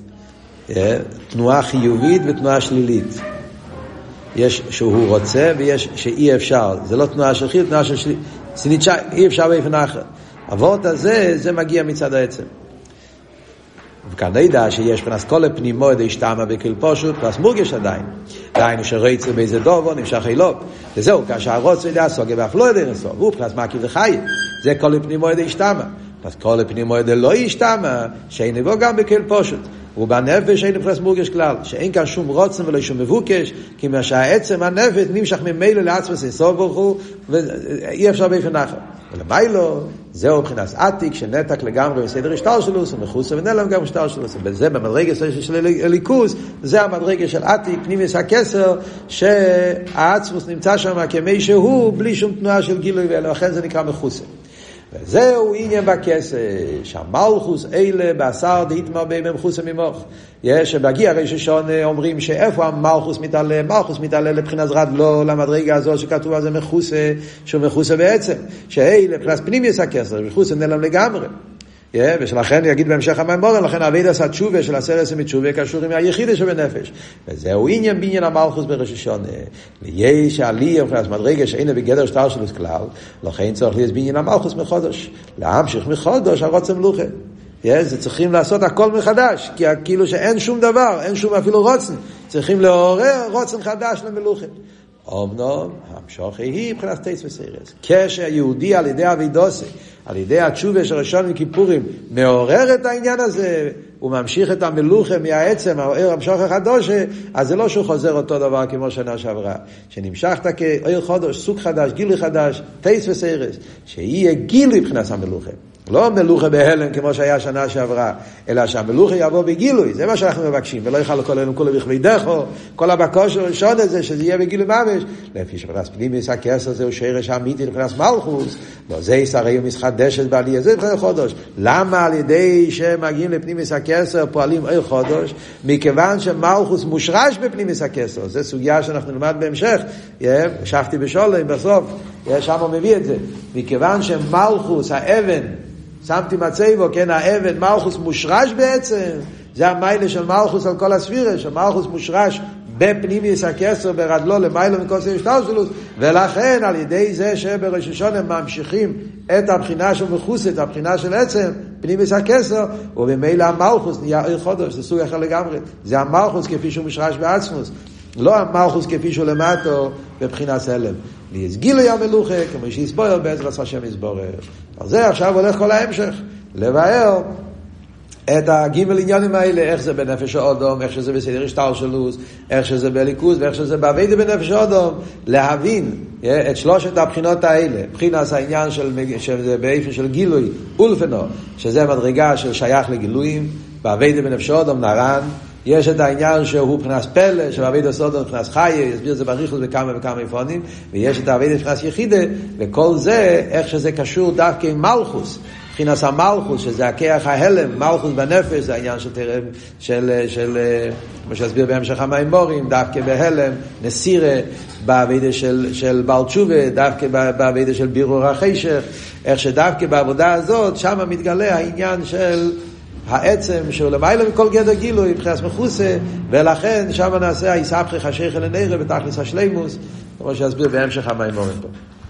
תנועה חיובית ותנועה שלילית. יש שהוא רוצה ויש שאי אפשר. זה לא תנועה של חיוב, תנועה של שלילית. אי אפשר באופן אחר. הוורט הזה, זה מגיע מצד העצם. וכאן נדע שיש פנס כל הפנימו ידי שתמה בכל פשוט, פנס מורגש עדיין. דהיינו שרצה באיזה דובו, נמשך אילוב. וזהו, כאשר הרוצה ידי הסוגה ואף לא ידי רסוף. והוא פנס מקיף וחי. זה כל הפנימו ידי שתמה. אז כל הפנימו ידי לא ישתמה, שאין לבוא גם בכל פשוט. ובנפש אין פרס מורגש כלל, שאין כאן שום רוצן ולא שום מבוקש, כי מה שהעצם הנפש נמשך ממילא לעצמוס אינסוף ברוך, ואי אפשר באופן אחר. ולמיילו, זהו מבחינת עתיק, שנתק לגמרי בסדר השטר שלו, ומחוץ ונלם גם השטר שלו. וזה במדרגה של הליכוז, זה המדרגה של עתיק, פנימיס הכסר, שהעצמוס נמצא שם כמי שהוא, בלי שום תנועה של גילוי, ולכן זה נקרא מחוץ. וזהו עניין בכסף, שהמלכוס אלה בעשר דהיתמר במחוס ממוך. יש שבהגיע הרי ששון אומרים שאיפה המלכוס מתעלה, מלכוס מתעלה לבחינת זרד לא למדרגה הזו שכתוב על זה מחוס, שהוא מחוס בעצם, שאלה לבחינת פנימיוס הכסף, מחוס נעלם לגמרי. Yeah, ושלכן יגיד בהמשך המאמר, לכן עבד עשה תשובה של עשר עשרה מתשובה קשור עם היחידה שבנפש. וזהו עניין בעניין המלכוס בראש השונה. ויש עלי מבחינת מדרגה שאין בגדר שטר שלו כלל, לכן צריך להיות בעניין המלכוס מחודש. להמשיך מחודש הרוצה מלוכה. Yeah, זה צריכים לעשות הכל מחדש, כי כאילו שאין שום דבר, אין שום אפילו רוצן. צריכים לעורר רוצן חדש למלוכה. אמנם המשוך היא מבחינת תייס וסיירס. כשהיהודי על ידי אבידוסי, על ידי התשובה של ראשון מכיפורים, מעורר את העניין הזה, הוא ממשיך את המלוכה מהעצם, העורר המשוך החדוש, אז זה לא שהוא חוזר אותו דבר כמו שנה שעברה. שנמשכת כעורר חודש, סוג חדש, גילוי חדש, תייס וסיירס, שיהיה גילוי מבחינת המלוכה. לא מלוכה בהלם כמו שהיה שנה שעברה, אלא שהמלוכה יבוא בגילוי, זה מה שאנחנו מבקשים, ולא יוכל לכל אלה כולה בכבי דחו, כל הבקוש הראשון הזה, שזה יהיה בגילוי ממש, לפי שפרס פנימיס הכסר זהו שרש האמיתי לפרס מלכוס, לא זה ישרי ומסחדשת בעלי, זה בפני חודש. למה על ידי שמגיעים לפנימיס הכסר פועלים אי חודש? מכיוון שמלכוס מושרש בפנימיס הכסר, זה סוגיה שאנחנו נלמד בהמשך, שפתי בשולם בסוף, שם הוא מביא את זה, מכיוון שמלכוס, האבן, שמתי מצבו, כן, האבן, מלכוס מושרש בעצם, זה המיילה של מלכוס על כל הספירה, שמלכוס מושרש בפנימיוס הכסר ברדלו למיילו מכוסר השתלשלות, ולכן על ידי זה שבראש השונה ממשיכים את הבחינה של מחוס, את הבחינה של עצם, פנימיוס הכסר, ובמילא המלכוס נהיה עיר חודש, זה סוג אחר לגמרי. זה המלכוס כפי שהוא משרש בעצמוס, לא המלכוס כפי שהוא למטו בבחינת הלם. גילוי המלוכה, כמו שיסבור בעזרת השם יסבור. על זה עכשיו הולך כל ההמשך, לבאר את הגימל עניינים האלה, איך זה בנפש האדם, איך שזה בסדר השתלשלות, איך שזה בליכוז, ואיך שזה בעבודה בנפש האדם, להבין את שלושת הבחינות האלה, בחינת העניין של, שזה באיפן של גילוי, אולפנו, שזה מדרגה של שייך לגילויים, בעבודה בנפש האדם נרן, יש את העניין שהוא בחינת פלא, שבעבודה סודו בחינת חיה, יסביר את זה בריחוס בכמה וכמה איפונים, ויש את העבודה בחינת יחידה, וכל זה, איך שזה קשור דווקא עם מלכוס, מבחינת המלכוס, שזה הכיח ההלם, מלכוס בנפש, זה העניין של, של, של, כמו שהסביר בהמשך המיימורים, דווקא בהלם, נסירה, בעבודה של, של בעל תשובה, דווקא בעבודה של בירור החשך, איך שדווקא בעבודה הזאת, שם מתגלה העניין של העצם, שהוא למעלה מכל גדר גילוי, מבחינת מחוסה, ולכן שם נעשה היסבכי חשיך אל הנראה, בתכלס השלימוס, כמו שהסביר בהמשך המיימורים פה.